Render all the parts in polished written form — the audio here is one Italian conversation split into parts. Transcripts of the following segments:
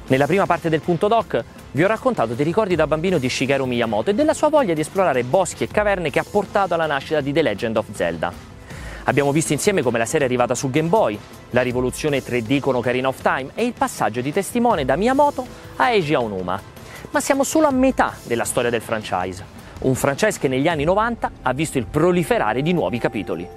Nella prima parte del Punto Doc vi ho raccontato dei ricordi da bambino di Shigeru Miyamoto e della sua voglia di esplorare boschi e caverne che ha portato alla nascita di The Legend of Zelda. Abbiamo visto insieme come la serie è arrivata su Game Boy, la rivoluzione 3D con Ocarina of Time e il passaggio di testimone da Miyamoto a Eiji Aonuma. Ma siamo solo a metà della storia del franchise. Un franchise che negli anni 90 ha visto il proliferare di nuovi capitoli.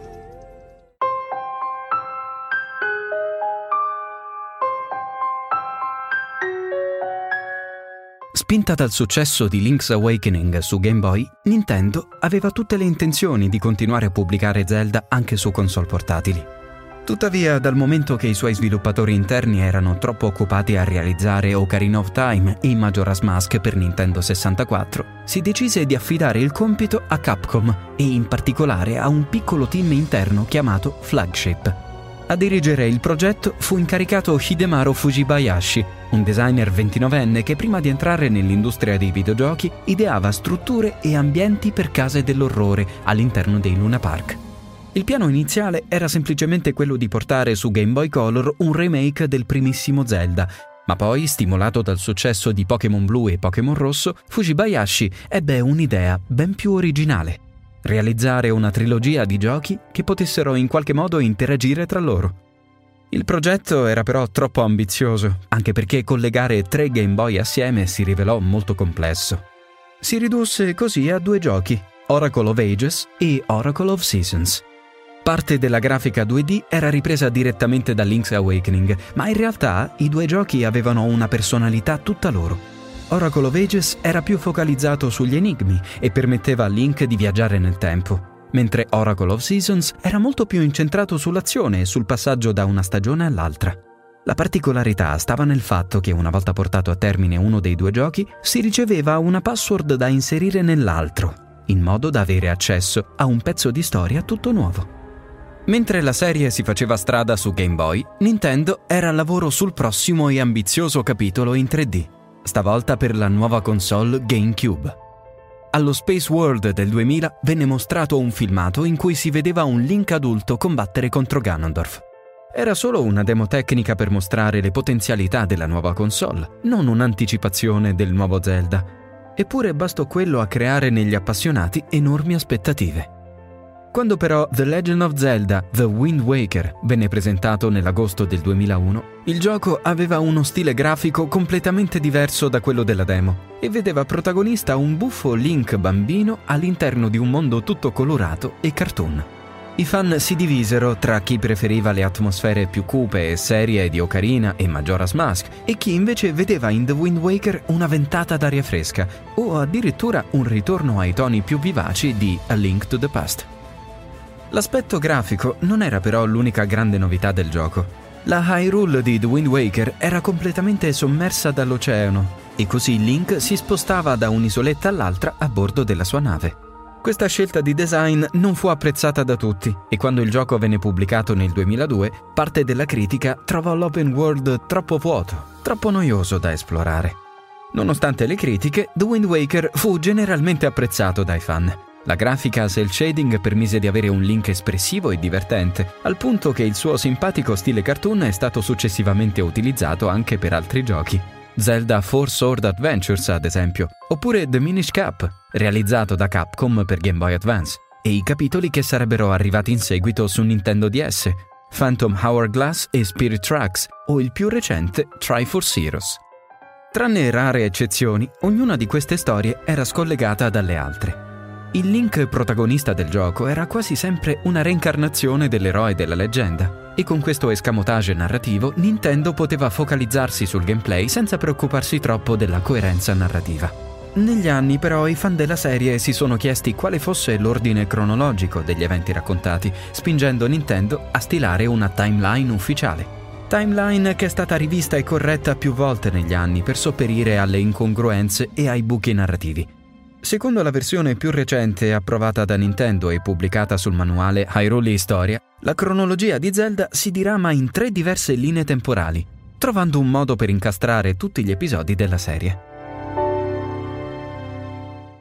Spinta dal successo di Link's Awakening su Game Boy, Nintendo aveva tutte le intenzioni di continuare a pubblicare Zelda anche su console portatili. Tuttavia, dal momento che i suoi sviluppatori interni erano troppo occupati a realizzare Ocarina of Time e Majora's Mask per Nintendo 64, si decise di affidare il compito a Capcom e in particolare a un piccolo team interno chiamato Flagship. A dirigere il progetto fu incaricato Hidemaru Fujibayashi, un designer 29enne che prima di entrare nell'industria dei videogiochi ideava strutture e ambienti per case dell'orrore all'interno dei Luna Park. Il piano iniziale era semplicemente quello di portare su Game Boy Color un remake del primissimo Zelda, ma poi, stimolato dal successo di Pokémon Blu e Pokémon Rosso, Fujibayashi ebbe un'idea ben più originale: realizzare una trilogia di giochi che potessero in qualche modo interagire tra loro. Il progetto era però troppo ambizioso, anche perché collegare 3 Game Boy assieme si rivelò molto complesso. Si ridusse così a 2 giochi, Oracle of Ages e Oracle of Seasons. Parte della grafica 2D era ripresa direttamente da Link's Awakening, ma in realtà i 2 giochi avevano una personalità tutta loro. Oracle of Ages era più focalizzato sugli enigmi e permetteva a Link di viaggiare nel tempo, mentre Oracle of Seasons era molto più incentrato sull'azione e sul passaggio da una stagione all'altra. La particolarità stava nel fatto che una volta portato a termine uno dei 2 giochi, si riceveva una password da inserire nell'altro, in modo da avere accesso a un pezzo di storia tutto nuovo. Mentre la serie si faceva strada su Game Boy, Nintendo era al lavoro sul prossimo e ambizioso capitolo in 3D, stavolta per la nuova console GameCube. Allo Space World del 2000 venne mostrato un filmato in cui si vedeva un Link adulto combattere contro Ganondorf. Era solo una demo tecnica per mostrare le potenzialità della nuova console, non un'anticipazione del nuovo Zelda. Eppure bastò quello a creare negli appassionati enormi aspettative. Quando però The Legend of Zelda The Wind Waker venne presentato nell'agosto del 2001, il gioco aveva uno stile grafico completamente diverso da quello della demo e vedeva protagonista un buffo Link bambino all'interno di un mondo tutto colorato e cartoon. I fan si divisero tra chi preferiva le atmosfere più cupe e serie di Ocarina e Majora's Mask e chi invece vedeva in The Wind Waker una ventata d'aria fresca o addirittura un ritorno ai toni più vivaci di A Link to the Past. L'aspetto grafico non era però l'unica grande novità del gioco. La Hyrule di The Wind Waker era completamente sommersa dall'oceano e così Link si spostava da un'isoletta all'altra a bordo della sua nave. Questa scelta di design non fu apprezzata da tutti e quando il gioco venne pubblicato nel 2002, parte della critica trovò l'open world troppo vuoto, troppo noioso da esplorare. Nonostante le critiche, The Wind Waker fu generalmente apprezzato dai fan. La grafica cel shading permise di avere un Link espressivo e divertente, al punto che il suo simpatico stile cartoon è stato successivamente utilizzato anche per altri giochi. Zelda 4 Sword Adventures, ad esempio, oppure The Minish Cap, realizzato da Capcom per Game Boy Advance, e i capitoli che sarebbero arrivati in seguito su Nintendo DS, Phantom Hourglass e Spirit Tracks, o il più recente Triforce Heroes. Tranne rare eccezioni, ognuna di queste storie era scollegata dalle altre. Il Link protagonista del gioco era quasi sempre una reincarnazione dell'eroe della leggenda, e con questo escamotage narrativo Nintendo poteva focalizzarsi sul gameplay senza preoccuparsi troppo della coerenza narrativa. Negli anni però i fan della serie si sono chiesti quale fosse l'ordine cronologico degli eventi raccontati, spingendo Nintendo a stilare una timeline ufficiale. Timeline che è stata rivista e corretta più volte negli anni per sopperire alle incongruenze e ai buchi narrativi. Secondo la versione più recente approvata da Nintendo e pubblicata sul manuale Hyrule Historia, la cronologia di Zelda si dirama in 3 diverse linee temporali, trovando un modo per incastrare tutti gli episodi della serie.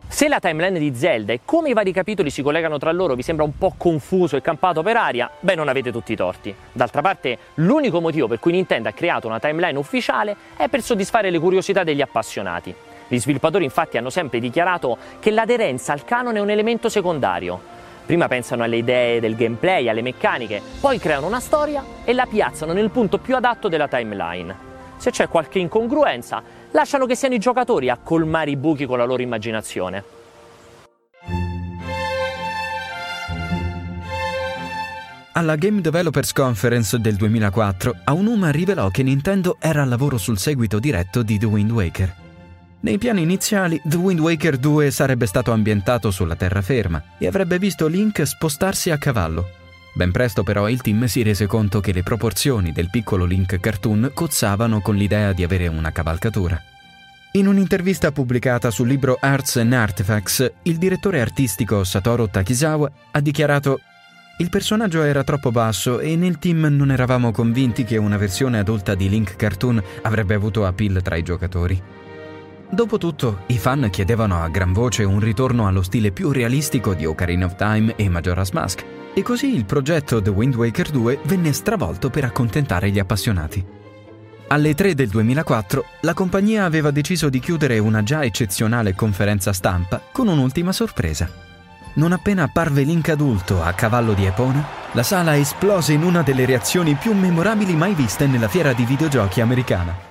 Se la timeline di Zelda e come i vari capitoli si collegano tra loro vi sembra un po' confuso e campato per aria, beh, non avete tutti i torti. D'altra parte, l'unico motivo per cui Nintendo ha creato una timeline ufficiale è per soddisfare le curiosità degli appassionati. Gli sviluppatori infatti hanno sempre dichiarato che l'aderenza al canone è un elemento secondario. Prima pensano alle idee del gameplay, alle meccaniche, poi creano una storia e la piazzano nel punto più adatto della timeline. Se c'è qualche incongruenza, lasciano che siano i giocatori a colmare i buchi con la loro immaginazione. Alla Game Developers Conference del 2004, Aonuma rivelò che Nintendo era al lavoro sul seguito diretto di The Wind Waker. Nei piani iniziali, The Wind Waker 2 sarebbe stato ambientato sulla terraferma e avrebbe visto Link spostarsi a cavallo. Ben presto però il team si rese conto che le proporzioni del piccolo Link cartoon cozzavano con l'idea di avere una cavalcatura. In un'intervista pubblicata sul libro Arts and Artifacts, il direttore artistico Satoru Takizawa ha dichiarato: «Il personaggio era troppo basso e nel team non eravamo convinti che una versione adulta di Link cartoon avrebbe avuto appeal tra i giocatori». Dopotutto, i fan chiedevano a gran voce un ritorno allo stile più realistico di Ocarina of Time e Majora's Mask, e così il progetto The Wind Waker 2 venne stravolto per accontentare gli appassionati. Alle 3 del 2004, la compagnia aveva deciso di chiudere una già eccezionale conferenza stampa con un'ultima sorpresa. Non appena apparve Link adulto a cavallo di Epona, la sala esplose in una delle reazioni più memorabili mai viste nella fiera di videogiochi americana.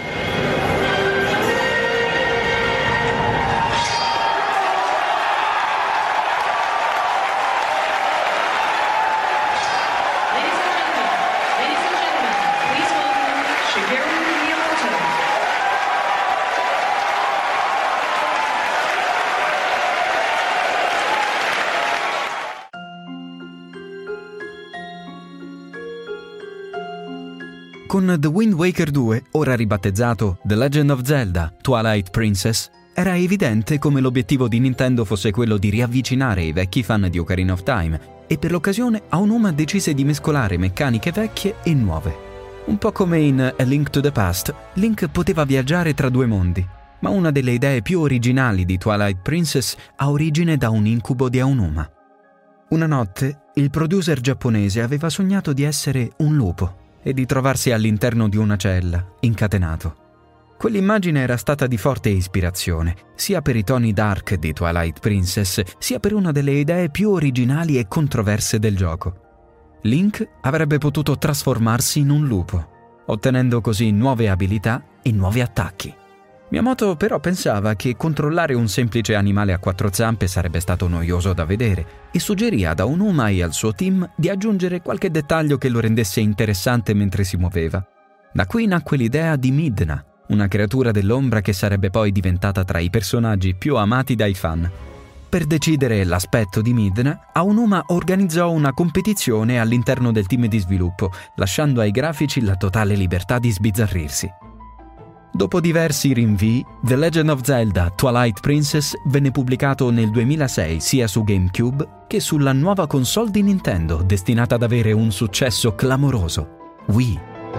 Con The Wind Waker 2, ora ribattezzato The Legend of Zelda: Twilight Princess, era evidente come l'obiettivo di Nintendo fosse quello di riavvicinare i vecchi fan di Ocarina of Time, e per l'occasione Aonuma decise di mescolare meccaniche vecchie e nuove. Un po' come in A Link to the Past, Link poteva viaggiare tra due mondi, ma una delle idee più originali di Twilight Princess ha origine da un incubo di Aonuma. Una notte, il producer giapponese aveva sognato di essere un lupo e di trovarsi all'interno di una cella, incatenato. Quell'immagine era stata di forte ispirazione, sia per i toni dark di Twilight Princess, sia per una delle idee più originali e controverse del gioco. Link avrebbe potuto trasformarsi in un lupo, ottenendo così nuove abilità e nuovi attacchi. Miyamoto però pensava che controllare un semplice animale a quattro zampe sarebbe stato noioso da vedere e suggerì ad Aonuma e al suo team di aggiungere qualche dettaglio che lo rendesse interessante mentre si muoveva. Da qui nacque l'idea di Midna, una creatura dell'ombra che sarebbe poi diventata tra i personaggi più amati dai fan. Per decidere l'aspetto di Midna, Aonuma organizzò una competizione all'interno del team di sviluppo, lasciando ai grafici la totale libertà di sbizzarrirsi. Dopo diversi rinvii, The Legend of Zelda: Twilight Princess venne pubblicato nel 2006 sia su GameCube che sulla nuova console di Nintendo, destinata ad avere un successo clamoroso: Wii.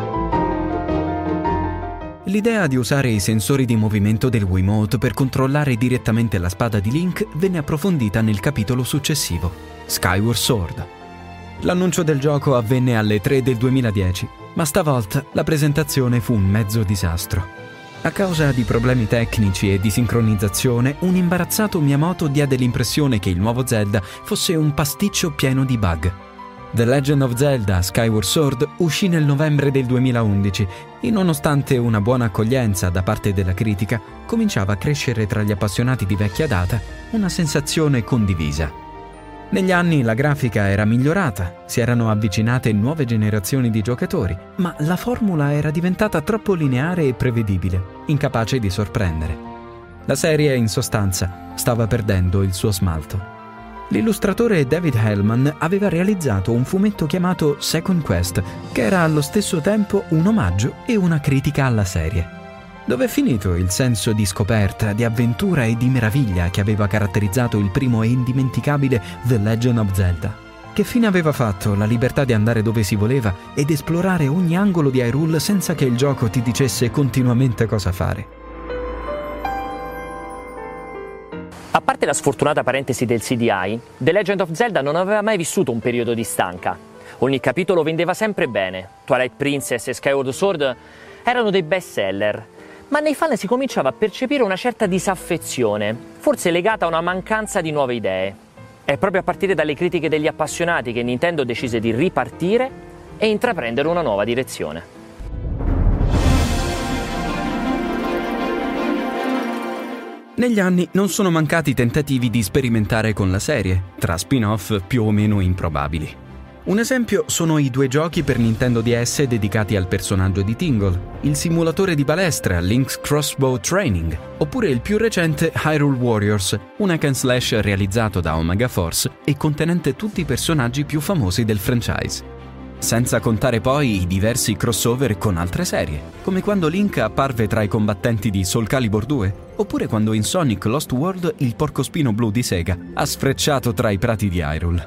L'idea di usare i sensori di movimento del Wiimote per controllare direttamente la spada di Link venne approfondita nel capitolo successivo, Skyward Sword. L'annuncio del gioco avvenne alle 3 del 2010, ma stavolta la presentazione fu un mezzo disastro. A causa di problemi tecnici e di sincronizzazione, un imbarazzato Miyamoto diede l'impressione che il nuovo Zelda fosse un pasticcio pieno di bug. The Legend of Zelda: Skyward Sword uscì nel novembre del 2011 e, nonostante una buona accoglienza da parte della critica, cominciava a crescere tra gli appassionati di vecchia data una sensazione condivisa. Negli anni la grafica era migliorata, si erano avvicinate nuove generazioni di giocatori, ma la formula era diventata troppo lineare e prevedibile, incapace di sorprendere. La serie, in sostanza, stava perdendo il suo smalto. L'illustratore David Hellman aveva realizzato un fumetto chiamato Second Quest, che era allo stesso tempo un omaggio e una critica alla serie. Dov'è finito il senso di scoperta, di avventura e di meraviglia che aveva caratterizzato il primo e indimenticabile The Legend of Zelda? Che fine aveva fatto la libertà di andare dove si voleva ed esplorare ogni angolo di Hyrule senza che il gioco ti dicesse continuamente cosa fare? A parte la sfortunata parentesi del CDI, The Legend of Zelda non aveva mai vissuto un periodo di stanca. Ogni capitolo vendeva sempre bene. Twilight Princess e Skyward Sword erano dei best seller, ma nei fan si cominciava a percepire una certa disaffezione, forse legata a una mancanza di nuove idee. È proprio a partire dalle critiche degli appassionati che Nintendo decise di ripartire e intraprendere una nuova direzione. Negli anni non sono mancati tentativi di sperimentare con la serie, tra spin-off più o meno improbabili. Un esempio sono i 2 giochi per Nintendo DS dedicati al personaggio di Tingle, il simulatore di palestra Link's Crossbow Training, oppure il più recente Hyrule Warriors, un hack and slash realizzato da Omega Force e contenente tutti i personaggi più famosi del franchise. Senza contare poi i diversi crossover con altre serie, come quando Link apparve tra i combattenti di Soul Calibur 2, oppure quando in Sonic Lost World il porcospino blu di Sega ha sfrecciato tra i prati di Hyrule.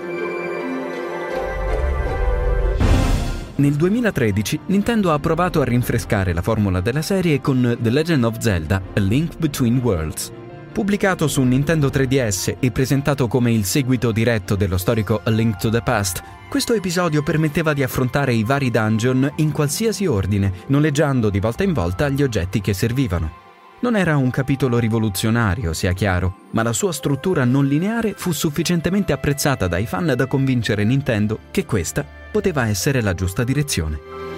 Nel 2013 Nintendo ha provato a rinfrescare la formula della serie con The Legend of Zelda: A Link Between Worlds. Pubblicato su Nintendo 3DS e presentato come il seguito diretto dello storico A Link to the Past, questo episodio permetteva di affrontare i vari dungeon in qualsiasi ordine, noleggiando di volta in volta gli oggetti che servivano. Non era un capitolo rivoluzionario, sia chiaro, ma la sua struttura non lineare fu sufficientemente apprezzata dai fan da convincere Nintendo che questa poteva essere la giusta direzione.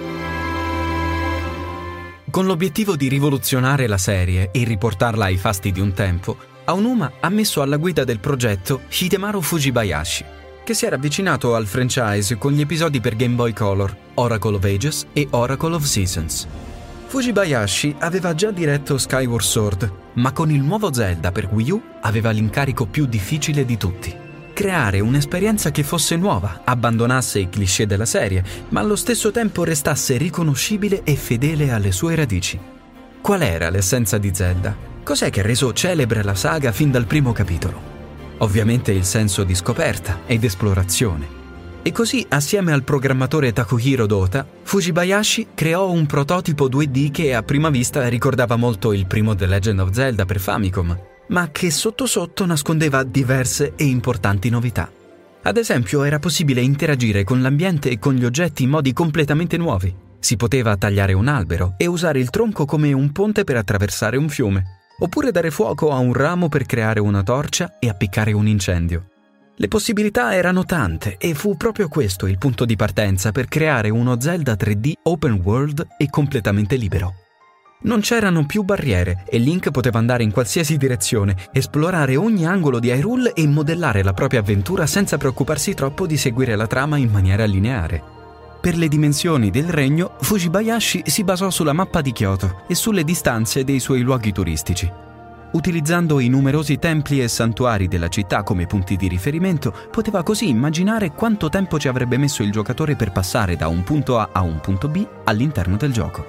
Con l'obiettivo di rivoluzionare la serie e riportarla ai fasti di un tempo, Aonuma ha messo alla guida del progetto Hidemaru Fujibayashi, che si era avvicinato al franchise con gli episodi per Game Boy Color, Oracle of Ages e Oracle of Seasons. Fujibayashi aveva già diretto Skyward Sword, ma con il nuovo Zelda per Wii U aveva l'incarico più difficile di tutti: creare un'esperienza che fosse nuova, abbandonasse i cliché della serie, ma allo stesso tempo restasse riconoscibile e fedele alle sue radici. Qual era l'essenza di Zelda? Cos'è che ha reso celebre la saga fin dal primo capitolo? Ovviamente il senso di scoperta ed esplorazione. E così, assieme al programmatore Takuhiro Dota, Fujibayashi creò un prototipo 2D che a prima vista ricordava molto il primo The Legend of Zelda per Famicom, ma che sotto sotto nascondeva diverse e importanti novità. Ad esempio, era possibile interagire con l'ambiente e con gli oggetti in modi completamente nuovi. Si poteva tagliare un albero e usare il tronco come un ponte per attraversare un fiume, oppure dare fuoco a un ramo per creare una torcia e appiccare un incendio. Le possibilità erano tante e fu proprio questo il punto di partenza per creare uno Zelda 3D open world e completamente libero. Non c'erano più barriere e Link poteva andare in qualsiasi direzione, esplorare ogni angolo di Hyrule e modellare la propria avventura senza preoccuparsi troppo di seguire la trama in maniera lineare. Per le dimensioni del regno, Fujibayashi si basò sulla mappa di Kyoto e sulle distanze dei suoi luoghi turistici. Utilizzando i numerosi templi e santuari della città come punti di riferimento, poteva così immaginare quanto tempo ci avrebbe messo il giocatore per passare da un punto A a un punto B all'interno del gioco.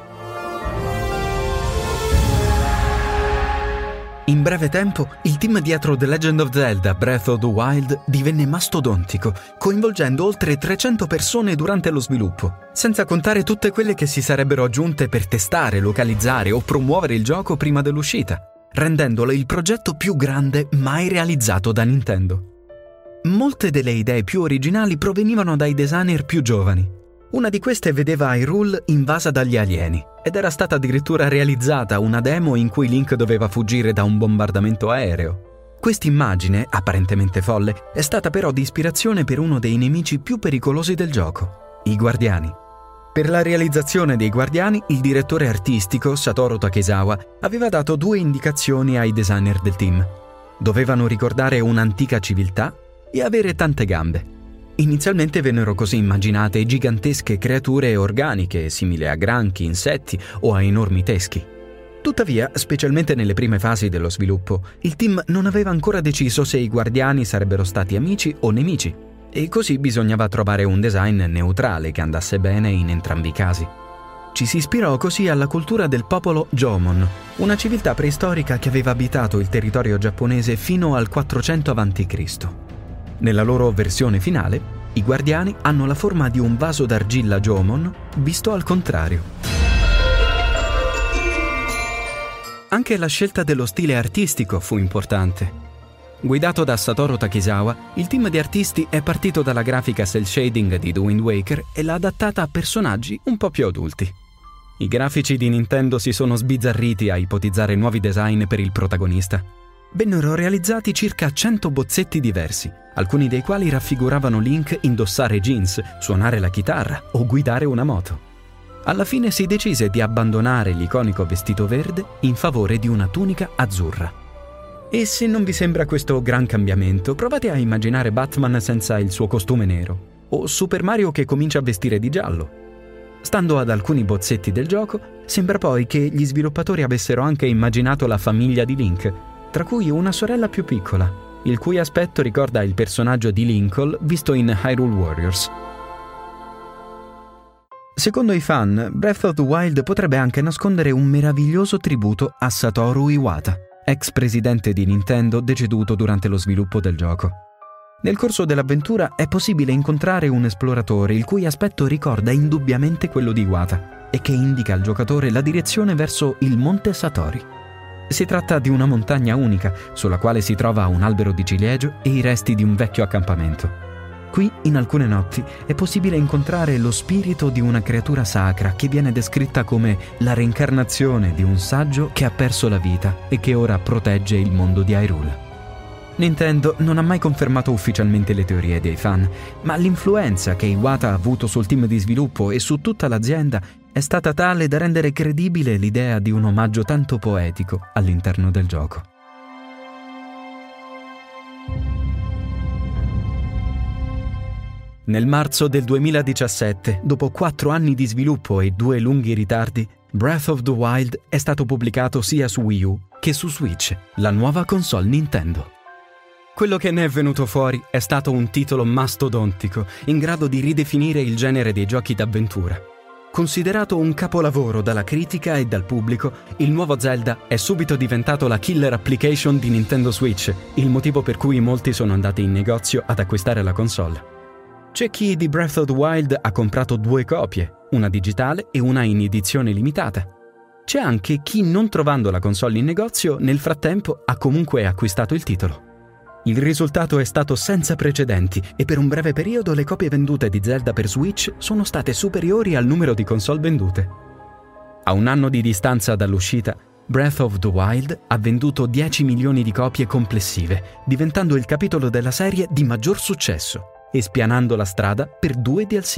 In breve tempo, il team dietro The Legend of Zelda Breath of the Wild divenne mastodontico, coinvolgendo oltre 300 persone durante lo sviluppo, senza contare tutte quelle che si sarebbero aggiunte per testare, localizzare o promuovere il gioco prima dell'uscita, rendendolo il progetto più grande mai realizzato da Nintendo. Molte delle idee più originali provenivano dai designer più giovani. Una di queste vedeva Hyrule invasa dagli alieni, ed era stata addirittura realizzata una demo in cui Link doveva fuggire da un bombardamento aereo. Quest'immagine, apparentemente folle, è stata però di ispirazione per uno dei nemici più pericolosi del gioco, i Guardiani. Per la realizzazione dei Guardiani, il direttore artistico, Satoru Takezawa, aveva dato 2 indicazioni ai designer del team. Dovevano ricordare un'antica civiltà e avere tante gambe. Inizialmente vennero così immaginate gigantesche creature organiche, simili a granchi, insetti o a enormi teschi. Tuttavia, specialmente nelle prime fasi dello sviluppo, il team non aveva ancora deciso se i Guardiani sarebbero stati amici o nemici, e così bisognava trovare un design neutrale che andasse bene in entrambi i casi. Ci si ispirò così alla cultura del popolo Jomon, una civiltà preistorica che aveva abitato il territorio giapponese fino al 400 a.C. Nella loro versione finale, i Guardiani hanno la forma di un vaso d'argilla Jomon visto al contrario. Anche la scelta dello stile artistico fu importante. Guidato da Satoru Takizawa, il team di artisti è partito dalla grafica cel shading di The Wind Waker e l'ha adattata a personaggi un po' più adulti. I grafici di Nintendo si sono sbizzarriti a ipotizzare nuovi design per il protagonista. Vennero realizzati circa 100 bozzetti diversi, alcuni dei quali raffiguravano Link indossare jeans, suonare la chitarra o guidare una moto. Alla fine si decise di abbandonare l'iconico vestito verde in favore di una tunica azzurra. E se non vi sembra questo gran cambiamento, provate a immaginare Batman senza il suo costume nero, o Super Mario che comincia a vestire di giallo. Stando ad alcuni bozzetti del gioco, sembra poi che gli sviluppatori avessero anche immaginato la famiglia di Link, tra cui una sorella più piccola, il cui aspetto ricorda il personaggio di Lincoln visto in Hyrule Warriors. Secondo i fan, Breath of the Wild potrebbe anche nascondere un meraviglioso tributo a Satoru Iwata, ex presidente di Nintendo deceduto durante lo sviluppo del gioco. Nel corso dell'avventura è possibile incontrare un esploratore il cui aspetto ricorda indubbiamente quello di Iwata e che indica al giocatore la direzione verso il Monte Satori. Si tratta di una montagna unica, sulla quale si trova un albero di ciliegio e i resti di un vecchio accampamento. Qui, in alcune notti, è possibile incontrare lo spirito di una creatura sacra che viene descritta come la reincarnazione di un saggio che ha perso la vita e che ora protegge il mondo di Hyrule. Nintendo non ha mai confermato ufficialmente le teorie dei fan, ma l'influenza che Iwata ha avuto sul team di sviluppo e su tutta l'azienda è stata tale da rendere credibile l'idea di un omaggio tanto poetico all'interno del gioco. Nel marzo del 2017, dopo 4 anni di sviluppo e 2 lunghi ritardi, Breath of the Wild è stato pubblicato sia su Wii U che su Switch, la nuova console Nintendo. Quello che ne è venuto fuori è stato un titolo mastodontico, in grado di ridefinire il genere dei giochi d'avventura. Considerato un capolavoro dalla critica e dal pubblico, il nuovo Zelda è subito diventato la killer application di Nintendo Switch, il motivo per cui molti sono andati in negozio ad acquistare la console. C'è chi di Breath of the Wild ha comprato 2 copie, una digitale e una in edizione limitata. C'è anche chi, non trovando la console in negozio, nel frattempo ha comunque acquistato il titolo. Il risultato è stato senza precedenti e per un breve periodo le copie vendute di Zelda per Switch sono state superiori al numero di console vendute. A un anno di distanza dall'uscita, Breath of the Wild ha venduto 10 milioni di copie complessive, diventando il capitolo della serie di maggior successo e spianando la strada per 2 DLC.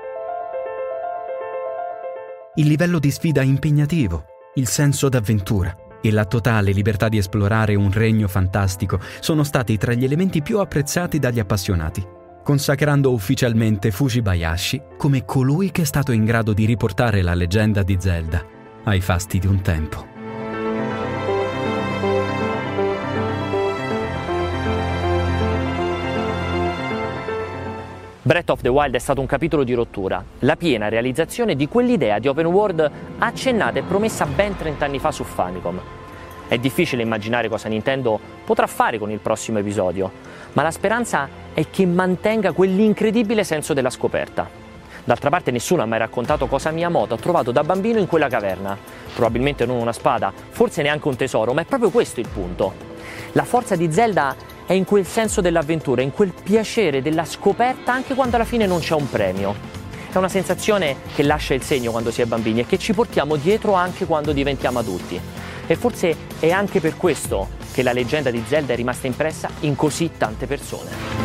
Il livello di sfida impegnativo, il senso d'avventura e la totale libertà di esplorare un regno fantastico sono stati tra gli elementi più apprezzati dagli appassionati, consacrando ufficialmente Fujibayashi come colui che è stato in grado di riportare la leggenda di Zelda ai fasti di un tempo. Breath of the Wild è stato un capitolo di rottura, la piena realizzazione di quell'idea di open world accennata e promessa ben 30 anni fa su Famicom. È difficile immaginare cosa Nintendo potrà fare con il prossimo episodio, ma la speranza è che mantenga quell'incredibile senso della scoperta. D'altra parte nessuno ha mai raccontato cosa Miyamoto ha trovato da bambino in quella caverna. Probabilmente non una spada, forse neanche un tesoro, ma è proprio questo il punto. La forza di Zelda è in quel senso dell'avventura, in quel piacere della scoperta anche quando alla fine non c'è un premio. È una sensazione che lascia il segno quando si è bambini e che ci portiamo dietro anche quando diventiamo adulti. E forse è anche per questo che la leggenda di Zelda è rimasta impressa in così tante persone.